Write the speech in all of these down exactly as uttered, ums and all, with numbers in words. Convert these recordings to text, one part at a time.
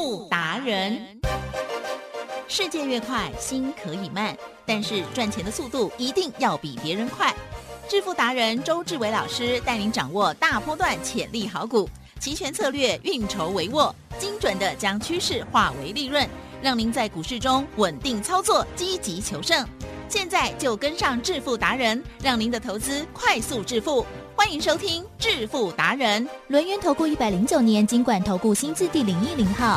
富达人。世界越快，心可以慢，但是赚钱的速度一定要比别人快。致富达人周志伟老师带您掌握大波段潜力好股，期权策略运筹帷幄，精准的将趋势化为利润，让您在股市中稳定操作，积极求胜。现在就跟上致富达人，让您的投资快速致富。欢迎收听致富达人。 轮源投顾一百零九年金管投顾新字第零一零号。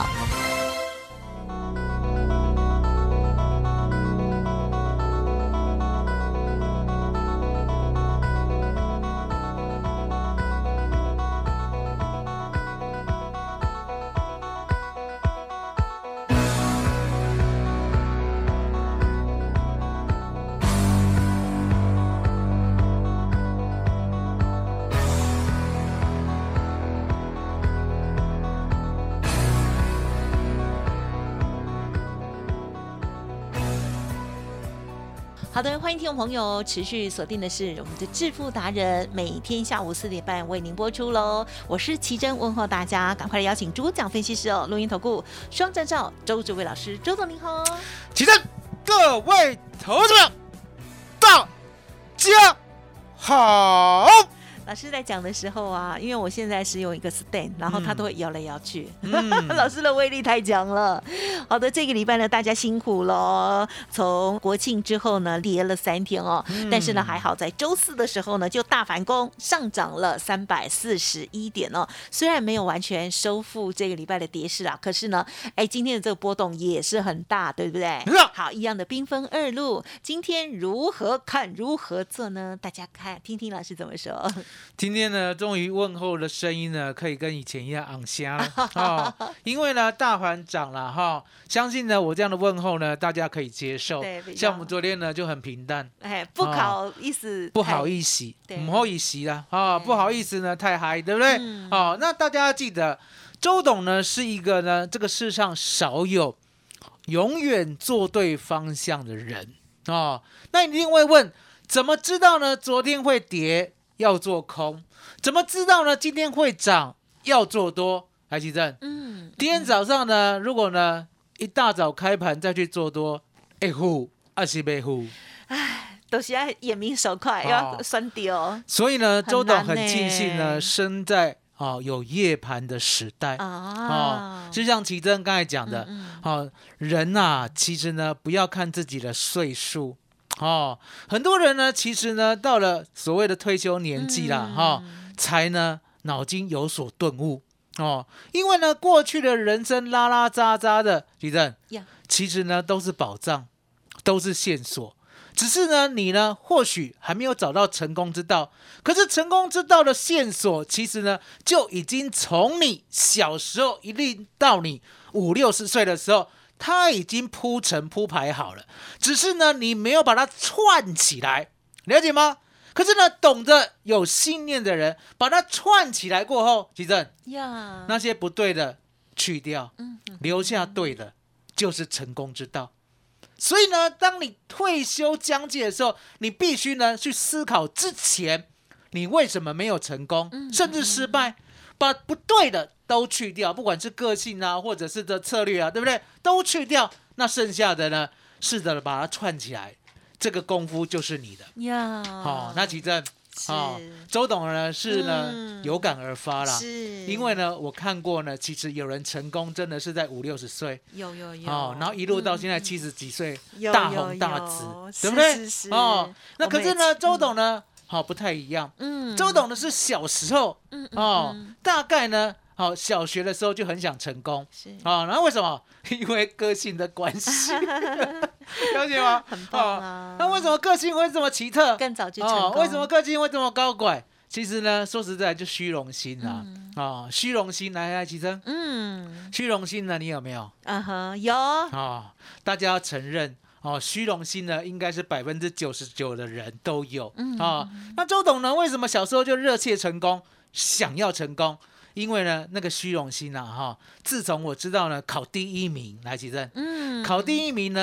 好的，欢迎听众朋友持续锁定的是我们的致富达人，每天下午四点半为您播出喽。我是奇珍，问候大家，赶快来邀请主讲分析师哦，录音投顾双证照周志伟老师，周总您好。 奇珍，各位投资者，大家好。 老师在讲的时候啊，因为我现在使用一个 stand， 然后它都会摇来摇去，嗯、老师的威力太强了。好的，这个礼拜呢，大家辛苦了。从国庆之后呢，跌了三天哦，嗯、但是呢，还好在周四的时候呢，就大反攻，上涨了三百四十一点哦。虽然没有完全收复这个礼拜的跌势啊，可是呢，哎，今天的这个波动也是很大，对不对？好，一样的兵分二路，今天如何看，如何做呢？大家看，听听老师怎么说。 今天呢，终于问候的声音呢，可以跟以前一样昂虾了哦。因为呢，大盘涨了哈、哦，相信呢，我这样的问候呢，大家可以接受。像我们昨天呢，就很平淡， 哎，不好意思， 哦、不好意思，不好意思啦，啊、哦，不好意思呢，太嗨，对不对？嗯、哦，那大家要记得，周董呢是一个呢，这个世上少有永远做对方向的人哦。那你一定会问，怎么知道呢？昨天会跌？要做空，怎么知道呢？今天会涨，要做多。来，奇正，嗯，今天早上呢，如果呢一大早开盘再去做多，会呼还是没呼？ 哎，都是要眼明手快，哦、要酸丢。 所以呢，周董很庆幸呢，生在哦有夜盘的时代啊。哦，就像奇正刚才讲的，嗯嗯哦，人啊，其实呢，不要看自己的岁数。哦，很多人呢，其实呢，到了所谓的退休年纪啦，哈、嗯哦，才呢脑筋有所顿悟哦。因为呢，过去的人生拉拉杂杂的，奇正，其实呢都是宝藏，都是线索。只是呢，你呢或许还没有找到成功之道，可是成功之道的线索，其实呢就已经从你小时候一直到你五六十岁的时候。它已经铺陈铺排好了，只是呢，你没有把它串起来，了解吗？可是呢，懂得有信念的人，把它串起来过后，奇正，呀，那些不对的去掉，嗯嗯、留下对的，就是成功之道。所以呢，当你退休将近的时候，你必须呢去思考之前你为什么没有成功，嗯、甚至失败，把不对的。都去掉，不管是个性啊，或者是这策略啊，对不对？都去掉，那剩下的呢，试着把它串起来，这个功夫就是你的呀。好、哦，那其正，哦，周董呢是呢、嗯、有感而发啦，是，因为呢我看过呢，其实有人成功真的是在五六十岁， 有有有， 哦，然后一路到现在七十几岁， 嗯、 大红大紫，对不对？是是是哦，那可是呢，周董呢，好、哦、不太一样，嗯，周董呢是小时候，嗯哦，嗯嗯大概呢。好，小学的时候就很想成功，是啊，然后为什么？因为个性的关系，了解吗？ 很棒啊！ 那为什么个性会这么奇特？ 更早就成功、 哦，为什么个性会这么高拐？其实呢，说实在，就虚荣心啊，啊、嗯哦，虚荣心，来来，奇珍，嗯，虚荣心呢，你有没有？ 啊哈，有啊、 哦，大家要承认。哦，虚荣心呢，应该是百分之九十九的人都有啊、嗯哦。那周董呢，为什么小时候就热切成功，想要成功？因为呢，那个虚荣心啊，哈，自从我知道呢，考第一名，来，奇正，嗯，考第一名呢，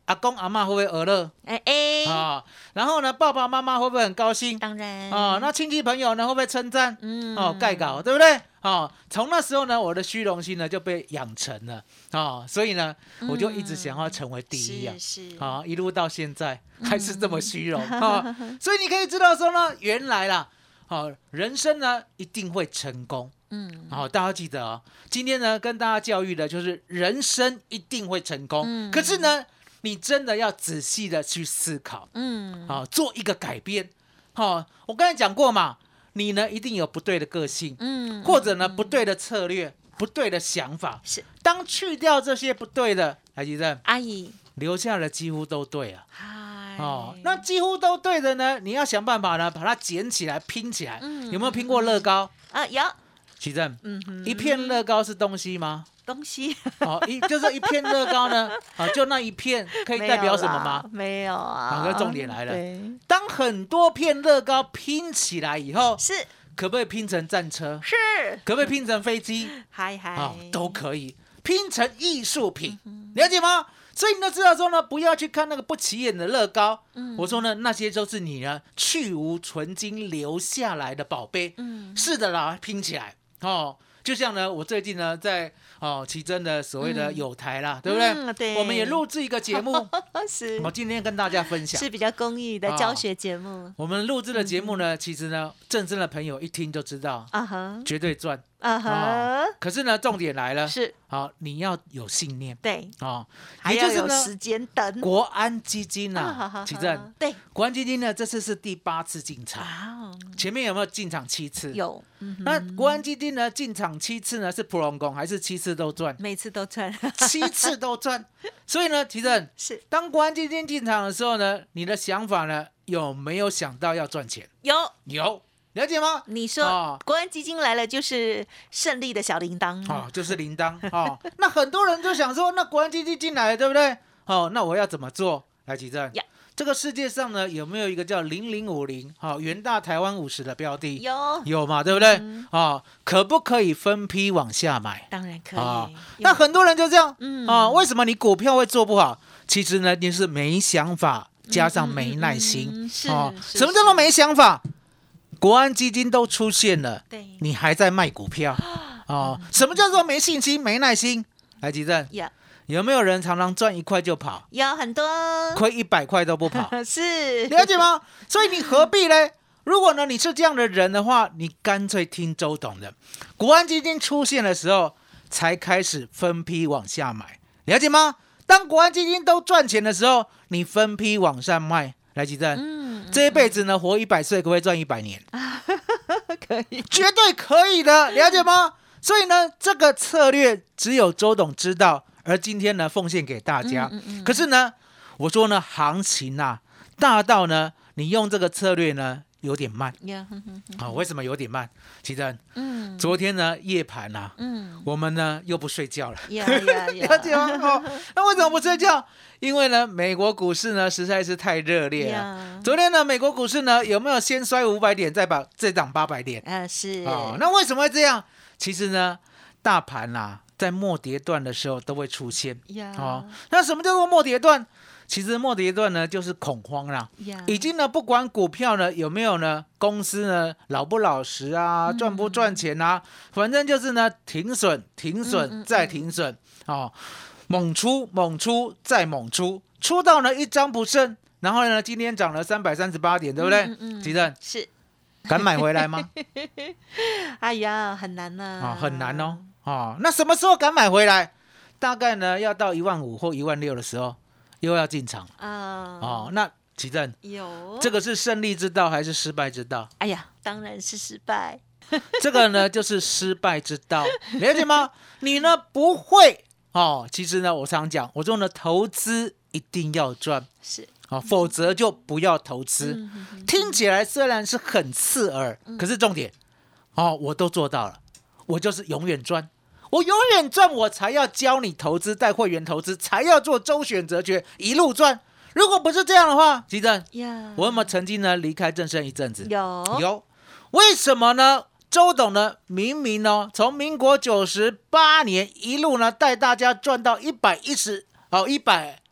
阿公阿嬷会不会鹅乐？ 哎哎， 啊，然后呢，爸爸妈妈会不会很高兴？ 当然啊，那亲戚朋友呢会不会称赞？ 嗯哦，盖稿，对不对？哦，从那时候呢，我的虚荣心呢就被养成了啊，所以呢，我就一直想要成为第一啊， 是是啊，一路到现在还是这么虚荣啊，所以你可以知道说呢，原来啦，好，人生呢一定会成功。嗯，好，大家记得哦。今天呢，跟大家教育的就是人生一定会成功。嗯，可是呢，你真的要仔细的去思考。嗯，好，做一个改变。好，我刚才讲过嘛，你呢一定有不对的个性，嗯，或者呢不对的策略、不对的想法。 是， 当去掉这些不对的，来吉正阿姨留下的几乎都对啊。 嗨， 哦，那几乎都对的呢，你要想办法呢把它捡起来拼起来。嗯，有没有拼过乐高？ 啊，有。 奇正，嗯哼，一片乐高是东西吗？ 东西， 哦，一就是一片乐高呢，啊，就那一片可以代表什么吗？ 没有啊。 哪个重点来了？当很多片乐高拼起来以后， 是可不可以拼成战车？ 是， 可不可以拼成飞机？ 嗨嗨， 啊，都可以拼成艺术品，了解吗？所以你都知道说呢，不要去看那个不起眼的乐高。嗯，我说呢，那些都是你呢去无存菁留下来的宝贝。嗯，是的啦，拼起来。哦，就像呢，我最近呢在哦奇珍的所谓的友台啦，嗯、对不对？嗯、对，我们也录制一个节目，是，我今天跟大家分享， 是比较公益的教学节目。哦、 我们录制的节目呢，嗯、其实呢，正真的朋友一听就知道，啊哈，绝对赚。啊哈、哦，可是呢，重点来了， 是， 好、哦，你要有信念， 对， 哦， 还要有时间等。 国安基金啊，奇正， 对， 国安基金呢，这次是第八次进场，哦、前面有没有进场七次？ 有。嗯、 那国安基金呢，进场七次呢，是普龙宫还是七次都赚？ 每次都赚， 七次都赚。所以呢，奇正， 是当国安基金进场的时候呢，你的想法呢，有没有想到要赚钱？ 有， 有。了解吗？ 你说、哦、国安基金来了就是胜利的小铃铛哦，就是铃铛哦。那很多人就想说，那国安基金进来了，对不对？哦，那我要怎么做？来，奇正， yeah. 这个世界上呢有没有一个叫零零五零好元大台湾五十的标的？ 有， 有嘛，对不对？嗯、哦，可不可以分批往下买？ 当然可以。 哦、那很多人就这样，嗯啊、哦，为什么你股票会做不好？其实呢，你是没想法加上没耐心。嗯嗯嗯、是、哦、什么叫做没想法？国安基金都出现了，你还在卖股票哦？什么叫做没信心、没耐心？来，吉正， yeah. 有没有人常常赚一块就跑？ 有很多， 亏一百块都不跑， 是了解吗？所以你何必呢？如果呢你是这样的人的话，你干脆听周董的。国安基金出现的时候，才开始分批往下买，了解吗？当国安基金都赚钱的时候，你分批往上卖。来，吉正，嗯，这一辈子呢，活一百岁，可不可以赚一百年？ 可以， 绝对可以的，了解吗？所以呢，这个策略只有周董知道，而今天呢，奉献给大家。嗯嗯嗯、可是呢，我说呢，行情啊，大到呢，你用这个策略呢，有点慢。Yeah, 哼哼哼哦、为什么有点慢？其实，嗯，昨天呢，夜盘啊，嗯，我们呢又不睡觉了。Yeah, yeah, yeah. 了解吗？哦，那为什么不睡觉？因为呢，美国股市呢实在是太热烈了。Yeah. 昨天呢，美国股市呢有没有先摔五百点，再把再涨八百点？ 啊，是。 哦，那为什么会这样？其实呢，大盘啊，在末跌段的时候都会出现。Yeah. 哦，那什么叫做末跌段？其实末跌段呢就是恐慌啦。Yeah. 已经呢不管股票呢有没有呢，公司呢老不老实啊，赚不赚钱啊，嗯、反正就是呢停损、停损、嗯嗯、再停损。哦。猛出猛出再猛出，出到呢一张不剩，然后呢今天涨了三百三十八点，对不对？嗯嗯，吉正是敢买回来吗？ 哎呀，很难呢、啊哦，很难哦。哦，那什么时候敢买回来？大概呢要到一万五或一万六的时候，又要进场啊。哦，那吉正有这个是胜利之道还是失败之道？ 哎呀，当然是失败。 这个呢就是失败之道，了解吗？你呢不会。哦，其实呢，我常讲，我说呢，投资一定要赚， 是， 哦，否则就不要投资。嗯、哼哼听起来虽然是很刺耳，嗯、可是重点，哦，我都做到了，我就是永远赚，我永远赚，我才要教你投资，带会员投资，才要做周选择权，一路赚。如果不是这样的话，吉正， yeah. 我有没有曾经呢离开正声一阵子？ 有， 有，为什么呢？周董呢，明明呢，从民国九十八年一路呢带大家赚到一百一十哦，一百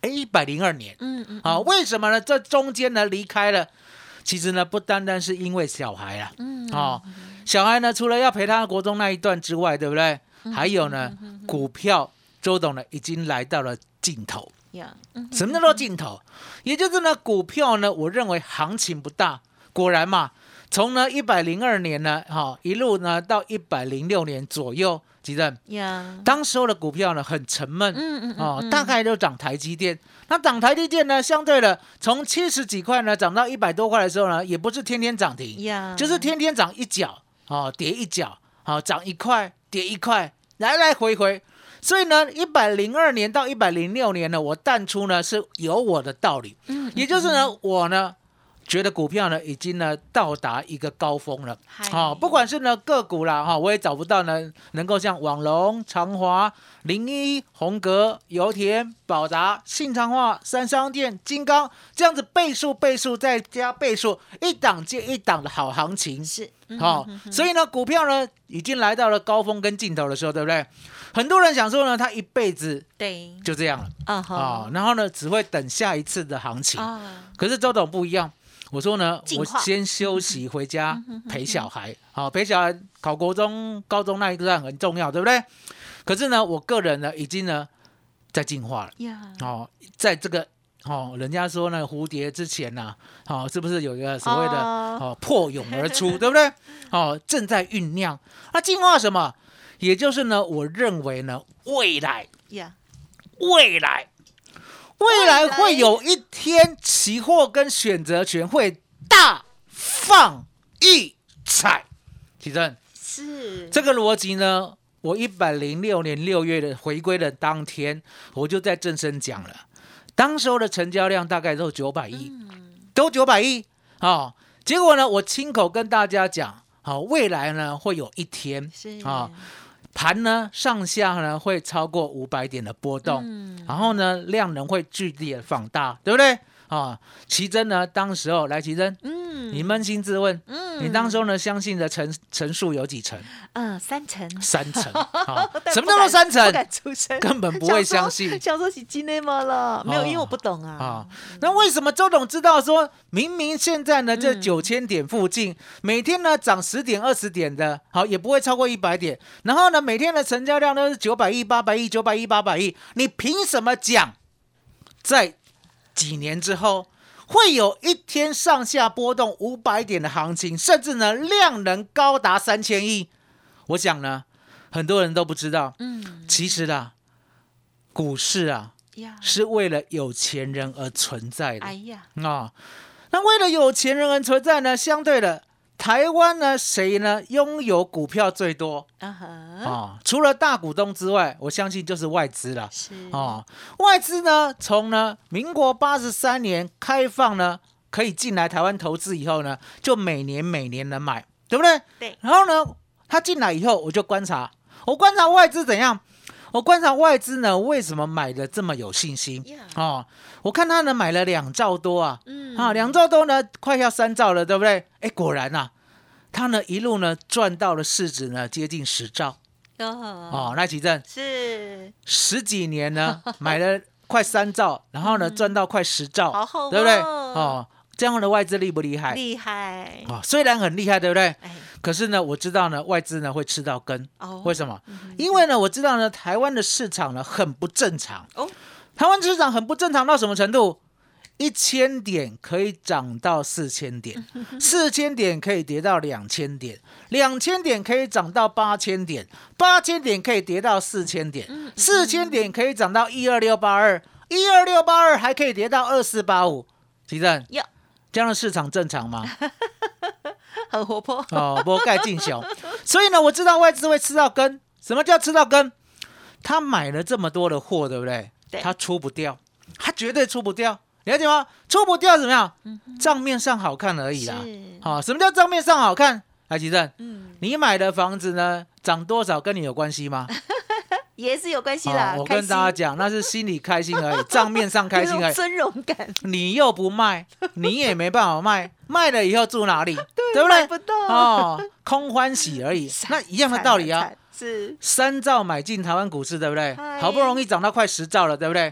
哎，一百零二年， 嗯嗯， 啊，为什么呢？这中间呢离开了，其实呢不单单是因为小孩啊， 嗯哦，小孩呢除了要陪他国中那一段之外，对不对？还有呢，股票周董呢已经来到了尽头。什么叫做尽头？也就是呢，股票呢，我认为行情不大。果然嘛，从呢一百零二年呢，哈、哦，一路呢到一百零六年左右，吉正，当时候的股票呢很沉闷，嗯嗯哦，大概就涨台积电。那涨台积电呢，相对的从七十几块呢涨到一百多块的时候呢，也不是天天涨停，就是天天涨一角，哦，跌一角，好、哦，涨一块，跌一块，来来回回。所以呢，一百零二年到一百零六年呢，我淡出呢是有我的道理，嗯，也就是呢，我呢觉得股票呢已经呢到达一个高峰了，好、哦，不管是呢个股啦，哈、哦，我也找不到呢能够像网龙、长华、零一、宏格、油田、宝达、信昌化、三商店、金刚这样子倍数倍数再加倍数，一档接一档的好行情， 是， 好、哦，所以呢，股票呢已经来到了高峰跟尽头的时候，对不对？很多人想说呢，他一辈子对就这样了啊、uh-huh. 哦，然后呢，只会等下一次的行情。Uh-huh. 可是周董不一样，我说呢，我先休息回家陪小孩，好、哦、陪小孩考国中、高中那一段很重要，对不对？可是呢，我个人呢，已经呢在进化了。Yeah. 哦，在这个哦，人家说呢，蝴蝶之前呢、啊，哦，是不是有一个所谓的、uh. 哦破蛹而出，对不对？哦，正在酝酿。那进化什么？也就是呢，我认为呢，未来， yeah. 未来，未来会有一天，期货跟选择权会大放异彩。启正，是这个逻辑呢，我一百零六年六月的回归的当天，我就在正声讲了，当时候的成交量大概都九百亿，嗯、都九百亿啊、哦。结果呢，我亲口跟大家讲，好、哦，未来呢会有一天啊。哦盘呢上下呢会超过五百点的波动、嗯，然后呢量能会剧烈放大，对不对？啊，奇珍呢当时候来奇珍，嗯，你扪心自问，嗯，你当时候呢相信的成成数有几成？ 嗯，三成， 三成。好，什么叫做三成？ 不敢出声， 根本不会相信。 想说是真的吗了？没有，因为我不懂啊。 啊，那为什么周董知道说，明明现在呢这九千点附近，嗯、每天呢涨十点、二十点的，好也不会超过一百点，然后呢每天的成交量都是九百亿、八百亿、九百亿、八百亿，你凭什么讲在？几年之后，会有一天上下波动五百点的行情，甚至呢量能高达三千亿。我想呢，很多人都不知道，嗯，其实啦，股市啊，是为了有钱人而存在的。哎呀，啊、哦，那为了有钱人而存在呢，相对的。台湾呢，谁呢拥有股票最多？啊哈、uh-huh. 哦，除了大股东之外，我相信就是外资了。是哦，外资呢，从呢民国八十三年开放呢，可以进来台湾投资以后呢，就每年每年的买，对不对？对。然后呢，他进来以后，我就观察，我观察外资怎样。我观察外资呢，为什么买的这么有信心？ Yeah. 哦，我看他呢买了两兆多啊，嗯，啊，两兆多呢，快要三兆了，对不对？哎，果然啊，他呢一路呢赚到了市值呢接近十兆。哦，哦，那奇正是十几年呢买了快三兆，然后呢赚到快十兆，好好哦，对不对？哦。这样的外资厉不厉害？厉害、哦、虽然很厉害，对不对？可是呢，我知道呢，外资呢会吃到根。哦、为什么、嗯？因为呢，我知道呢，台湾的市场呢很不正常。哦，台湾市场很不正常到什么程度？一千点可以涨到四千点，四千点可以跌到两千点，两千点可以涨到八千点，八千点可以跌到四千点，四千点可以涨到一二六八二，一二六八二还可以跌到二四八五。奇正。这样的市场正常吗？ 很活泼哦，不盖进熊。所以呢，我知道外资会吃到根。什么叫吃到根？他买了这么多的货，对不对？对，他出不掉，他绝对出不掉，了解吗？出不掉怎么样？嗯、账面上好看而已啦。好、哦，什么叫账面上好看？来，奇正，嗯，你买的房子呢，涨多少跟你有关系吗？ 也是有关系啦、 哦，我跟大家讲，那是心里开心而已，账面上开心而已。 尊荣感， 你又不卖，你也没办法卖，卖了以后住哪里？对, 对不对？买不到哦，空欢喜而已。那一样的道理啊，是三兆买进台湾股市，对不对？好不容易涨到快十兆了，对不对？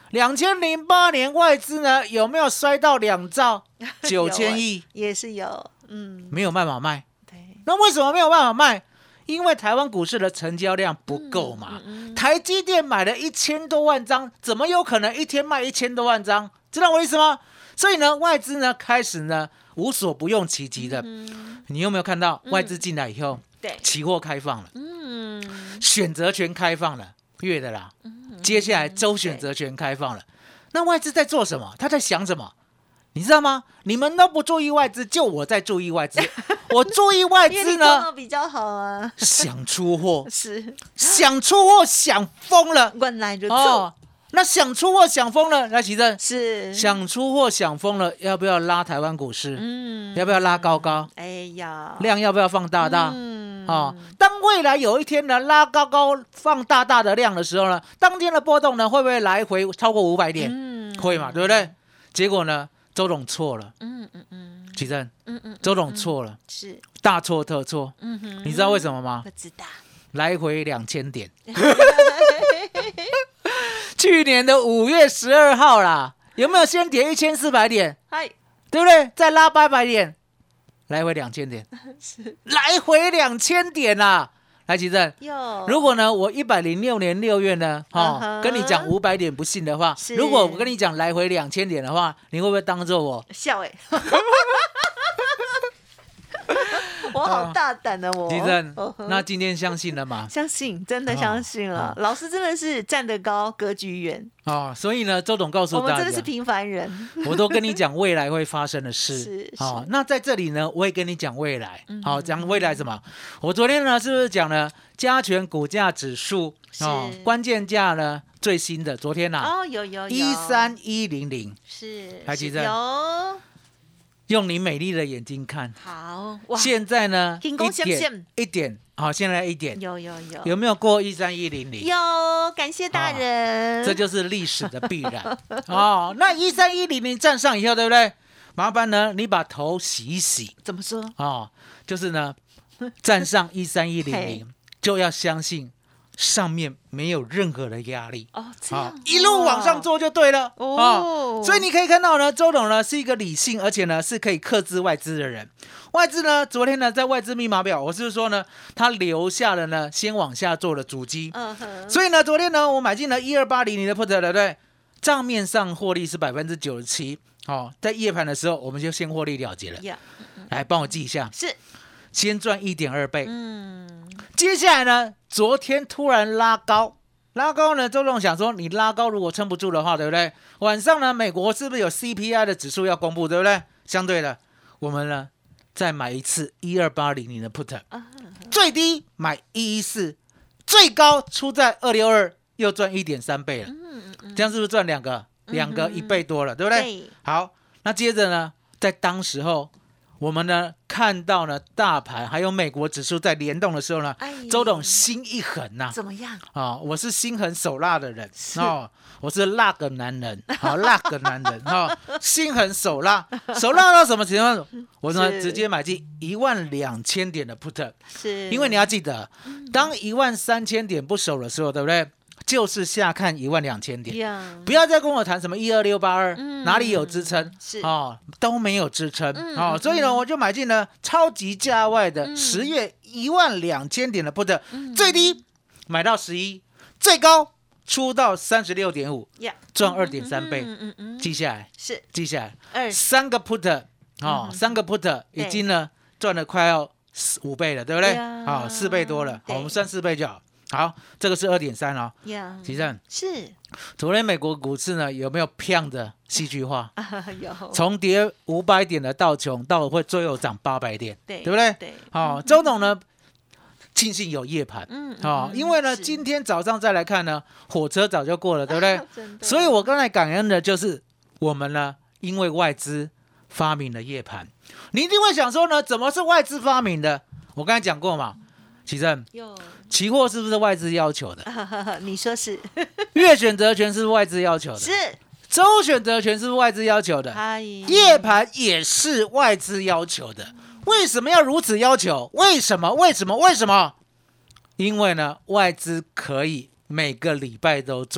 两千零八年外资呢有没有摔到两兆九千亿？ 也是有，嗯， 没有办法卖。 对， 那为什么没有办法卖？因为台湾股市的成交量不够嘛。嗯嗯嗯、台积电买了一千多万张，怎么有可能一天卖一千多万张？知道我意思吗？所以呢，外资呢开始呢无所不用其极的。嗯、你有没有看到外资进来以后，对、嗯，期货开放了，嗯，选择权开放了，月的啦。嗯接下来周选择权开放了，那外资在做什么？他在想什么？你知道吗？你们都不注意外资，就我在注意外资。我注意外资呢， 比较好啊。 想出货是想出货，想疯了。 原来如此。哦， 那想出货想疯了，来，奇正是想出货想疯了，要不要拉台湾股市？嗯，要不要拉高高？ 哎呀， 量要不要放大大？嗯，哦，当未来有一天呢拉高高放大大的量的时候呢，当天的波动呢会不会来回超过五百点？嗯，会嘛，对不对？结果呢，周董错了。嗯嗯嗯，奇正，嗯嗯，周董错了， 是大错特错。嗯哼，你知道为什么吗？ 不知道。 来回两千点。去年的五月十二号啦，有没有先跌一千四百点？嗨，对不对？再拉八百点，来回两千点，来回两千点啦。来，奇正，如果呢，我一百零六年六月呢，哦， uh-huh. 跟你讲五百点不信的话，如果我跟你讲来回两千点的话，你会不会当做我笑哎、欸？我好大胆的我， 奇正，那今天相信了吗？ 相信，真的相信了。哦、老师真的是站得高，格局远哦。所以呢，周董告诉大家， 我们真的是平凡人。 我都跟你讲未来会发生的事。 是， 好、哦，那在这里呢，我也跟你讲未来。好、嗯，讲、哦、未来什么？我昨天呢，是不是讲了加权股价指数？哦，关键价呢？最新的，昨天呐、 啊，哦，有有有， 一三一零零， 是， 还记得？ 有。 用你美丽的眼睛看， 好， 现在呢，一点一点，好，现在一点， 有有有， 有没有过一三一零零？ 有，感谢大人， 哦、这就是历史的必然哦。那一三一零零站上以后，对不对？麻烦呢，你把头洗一洗。 怎么说？ 哦，就是呢，站上一三一零零，就要相信。上面没有任何的压力哦，这样、哦、 一路往上做就对了哦, 哦。所以你可以看到呢，周董呢是一个理性，而且呢是可以克制外资的人。外资呢，昨天呢在外资密码表，我是说呢，他留下了呢先往下做的足迹。嗯哼。所以呢，昨天呢我买进了一二八零零的 put， 对不对？账面上获利是百分之九十七。哦，在夜盘的时候我们就先获利了结了。Yeah. 来帮我记一下。 是。 先赚 一点二倍。嗯。接下来呢，昨天突然拉高，拉高呢，周董想说，你拉高如果撑不住的话，对不对？晚上呢，美国是不是有 C P I 的指数要公布，对不对？相对的，我们呢再买一次一二八零零的 put， 最低买一一四，最高出在二六二，又赚 一点三倍了。这样是不是赚两个？两个一倍多了，对不对？好，那接着呢，在当时候。我们呢看到呢大盘还有美国指数在联动的时候呢，哎、周董心一横呐、啊， 怎么样啊、哦？我是心狠手辣的人哦，我是辣个男人，好、哦、辣个男人哈、哦，心狠手辣，手辣到什么程度？我呢直接买进一万两千点的 put， 是，因为你要记得，当一万三千点不守的时候，对不对？就是下看一万两千点， yeah. 不要再跟我谈什么一二六八二，哪里有支撑？哦，都没有支撑、嗯、哦，所以呢，我就买进了超级价外的十月一万两千点的 put，、嗯、最低买到十一，最高出到三十六点五，赚二点三倍、嗯嗯嗯，记下来是记下来，三个 put 哦，三个 put 已经呢赚了快要五倍了，对不对？啊、哦，四倍多了，好，我们算四倍就好。好，这个是 二点三 哦。奇正是昨天美国股市呢有没有骗的戏剧化？ 有， 从跌五百点的道琼到会最后涨八百点，对，对不对？ 对。 好、哦，周董呢庆幸有夜盘，嗯，好、哦，因为呢今天早上再来看呢，火车早就过了，对不对？所以我刚才感恩的就是我们呢，因为外资发明了夜盘，你一定会想说呢，怎么是外资发明的？我刚才讲过嘛。奇正，期货是不是外资要求的？ 你说是。 月选择权是外资要求的， 是。 周选择权是外资要求的，夜盘也是外资要求的。为什么要如此要求？为什么？为什么？为什么？因为呢，外资可以每个礼拜都赚。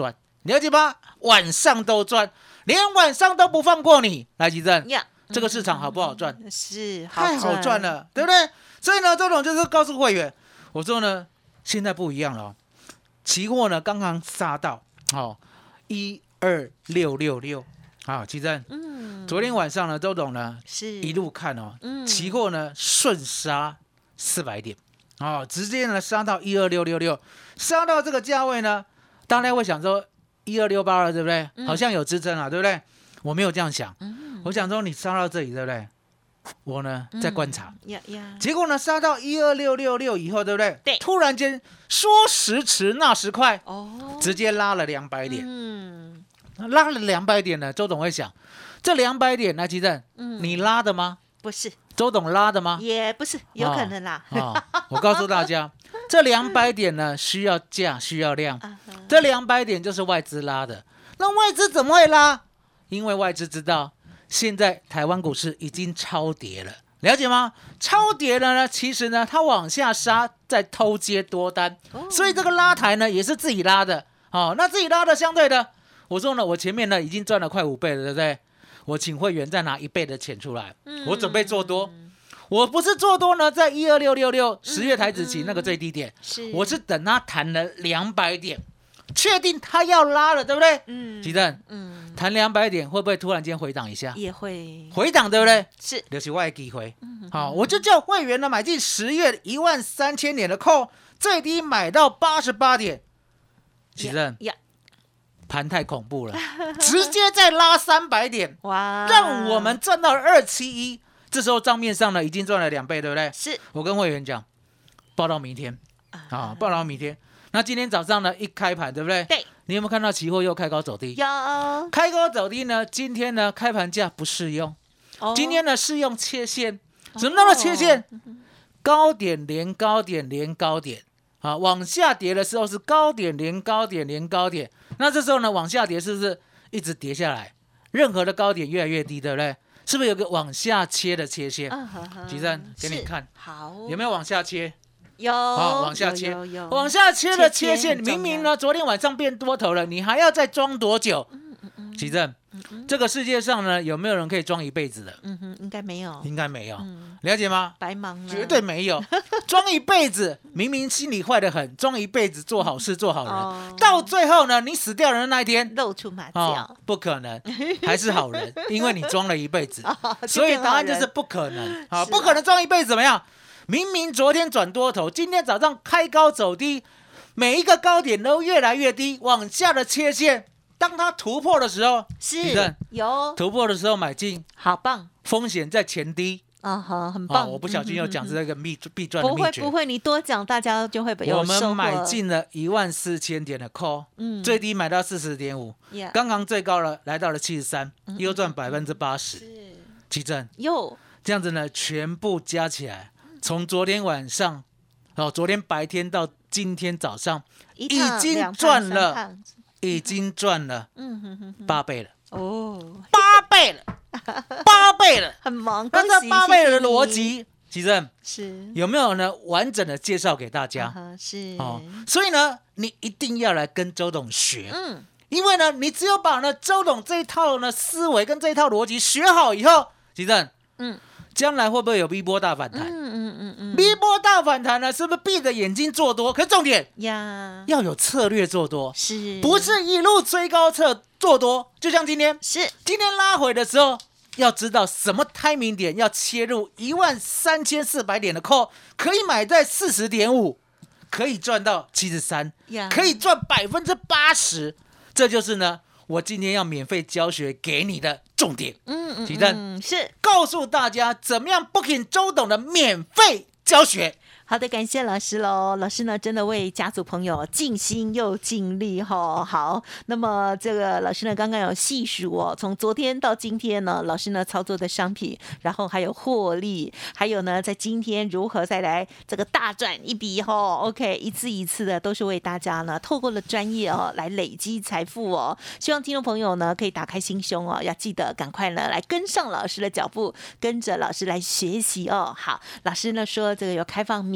了解吗？晚上都赚，连晚上都不放过你。来，吉正，这个市场好不好赚？ 是， 太好赚了，对不对？所以呢，周董就是告诉会员，我说呢，现在不一样了、哦，期货呢刚刚杀到哦一二六六六，好，吉正，嗯，昨天晚上呢，周董呢是一路看哦，嗯，期货呢顺杀四百点，哦，直接呢杀到一二六六六，杀到这个价位呢，大家会想说一二六八二，对不对？嗯、好像有支撑啊，对不对？我没有这样想，嗯、我想说你杀到这里，对不对？我呢在观察，嗯、结果呢杀到一二六六六以后，对不对？对，突然间说时迟那时快，哦，直接拉了两百点，嗯，拉了两百点呢，周董会想，这两百点，来吉正，嗯，你拉的吗？ 不是， 周董拉的吗？ 也不是，有可能啦。 哦哦、我告诉大家，这两百点呢需要价，需要量，这两百点就是外资拉的。那外资怎么会拉？因为外资知道。现在台湾股市已经超跌了，了解吗？超跌了呢，其实呢，它往下杀，在偷接多单，哦、所以这个拉抬呢，也是自己拉的。哦，那自己拉的相对的，我说呢，我前面呢已经赚了快五倍了，对不对？我请会员再拿一倍的钱出来，嗯、我准备做多。我不是做多呢，在一二六六六十月台指期那个最低点，嗯、我是等它弹了两百点。确定他要拉了，对不对？嗯，吉正，嗯，弹两百点会不会突然间回档一下？ 也会回档，对不对？ 是， 就是外机会。嗯、好，我就叫会员呢买进十月一万三千点的 call， 最低买到八十八点。吉正，呀，盘太恐怖了，直接再拉三百点，哇，让我们赚到了二七一。这时候账面上呢已经赚了两倍，对不对？是，我跟会员讲，报到明天，啊，报到明天。那今天早上呢，一开盘，对不对？对。你有没有看到期货又开高走低？ 有。 开高走低呢，今天呢开盘价不适用，哦、今天呢适用切线。什么叫做切线？哦、高点连高点连高点啊，往下跌的时候是高点连高点连高点。那这时候呢，往下跌是不是一直跌下来？任何的高点越来越低，对不对？是不是有个往下切的切线？吉正、嗯、给你看，好，有没有往下切？ 有， 好，往下切，往下切的切线，明明呢，昨天晚上变多头了，你还要再装多久？奇正，这个世界上呢，有没有人可以装一辈子的？ 嗯哼，应该没有， 应该没有，了解吗？ 白忙了， 绝对没有，装一辈子，明明心里坏得很，装一辈子做好事做好人，到最后呢，你死掉的那一天， 露出马脚， 不可能，还是好人，因为你装了一辈子，所以答案就是不可能，啊，不可能装一辈子，怎么样？明明昨天转多头，今天早上开高走低，每一个高点都越来越低，往下的切线，当它突破的时候， 是有突破的时候买进， 好棒， 风险在前低啊，好，很棒。 哦、我不小心又讲这个秘必赚的秘诀， 不会不会，你多讲大家就会有我们买进了一万四千点的 call， 嗯，最低买到四十点五，刚刚最高了来到了七十三，又赚百分之八十，奇正又这样子呢，全部加起来。从昨天晚上，哦，昨天白天到今天早上，已经赚了，已经赚了，嗯哼哼，八倍了，哦，八倍了，八倍了， 很忙。 那这八倍的逻辑，其实是有没有呢？完整的介绍给大家， 啊、是哦，所以呢，你一定要来跟周董学，嗯，因为呢，你只有把呢周董这一套呢思维跟这一套逻辑学好以后，其实，嗯。将来会不会有 V 波大反弹？嗯嗯嗯嗯 V 波大反弹呢，是不是闭着眼睛做多？可是重点呀，要有策略做多， 是不是一路追高策做多？就像今天， 是今天拉回的时候，要知道什么 timing 点要切入一万三千四百点的 call， 可以买在四十点五，可以赚到七十三，可以赚百分之八十，这就是呢。我今天要免费教学给你的重点，嗯嗯，奇正是告诉大家怎么样 booking 周董的免费教学。 好的，感谢老师喽。老师呢，真的为家族朋友尽心又尽力哈。好，那么这个老师呢，刚刚有细数哦，从昨天到今天呢，老师呢操作的商品，然后还有获利，还有呢，在今天如何再来这个大赚一笔哈。OK， 一次一次的都是为大家呢，透过了专业哦，来累积财富哦。希望听众朋友呢，可以打开心胸哦，要记得赶快呢来跟上老师的脚步，跟着老师来学习哦。好，老师呢说这个有开放免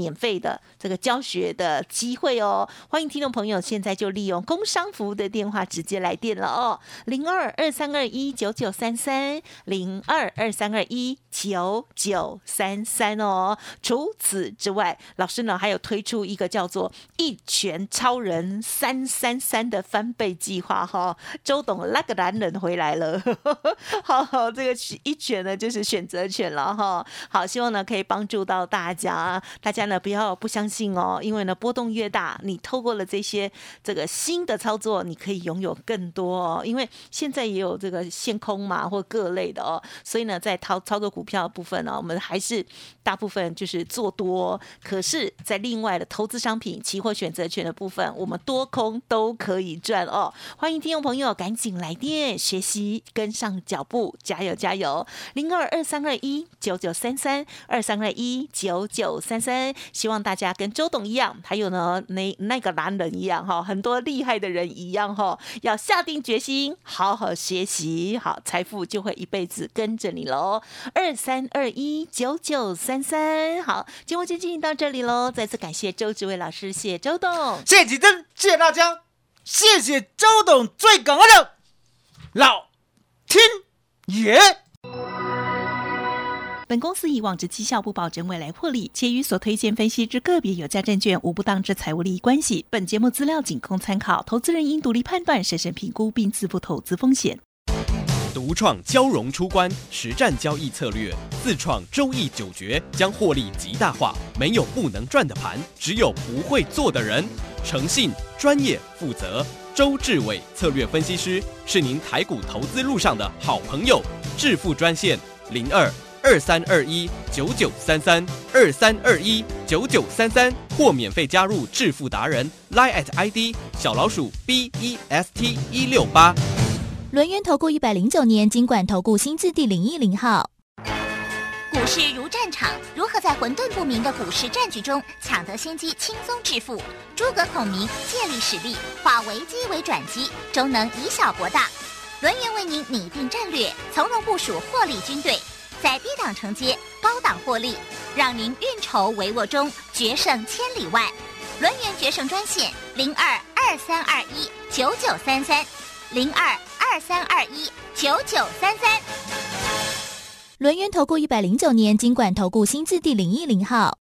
免费的这个教学的机会哦。欢迎听众朋友现在就利用工商服务的电话直接来电了哦，零二二三二一九九三三零二二三二一九九三三哦。除此之外，老师呢还有推出一个叫做一拳超人三三三的翻倍计划哈、哦。周董那个男人回来了，好好，这个一拳呢就是选择权了哈。好，希望呢可以帮助到大家，大家呢不要不相信哦，因为呢波动越大，你透过了这些这个新的操作，你可以拥有更多哦。因为现在也有这个限空嘛或各类的哦，所以呢在操操作股票的部分呢、哦，我们还是大部分就是做多，可是在另外的投资商品、期货选择权的部分，我们多空都可以赚哦。欢迎听众朋友赶紧来电学习，跟上脚步，加油加油！零二二三二一九九三三二三二一九九三三，希望大家跟周董一样，还有呢那那个男人一样哈，很多厉害的人一样哈，要下定决心，好好学习，好，财富就会一辈子跟着你喽。二三二一九九三三，好，节目就进行到这里喽。再次感谢周志伟老师，谢谢周董， 谢谢启真，谢谢大家，谢谢周董，最感恩的老天爷。 本公司以往之绩效不保证未来获利，且与所推荐分析之个别有价证券无不当之财务利益关系。本节目资料仅供参考，投资人应独立判断、审慎评估并自负投资风险。 独创交融出关实战交易策略，自创周易九诀，将获利极大化。没有不能赚的盘，只有不会做的人。诚信、专业、负责，周志伟策略分析师是您台股投资路上的好朋友。致富专线零二二三二一九九三三二三二一九九三三，或免费加入致富达人 Line at I D 小老鼠 B E S T 一六八。 轮源投顾一百零九年金管投顾新字第零一零号。 股市如战场，如何在混沌不明的股市战局中抢得先机，轻松致富？诸葛孔明借力使力，化危机为转机，终能以小博大。轮源为您拟定战略，从容部署获利军队，在低档承接，高档获利，让您运筹帷幄中决胜千里外。轮源决胜专线零二二三二一九九三三零二二三二一九九三三。 轮源投顾一百零九年金管投顾新字第零一零号。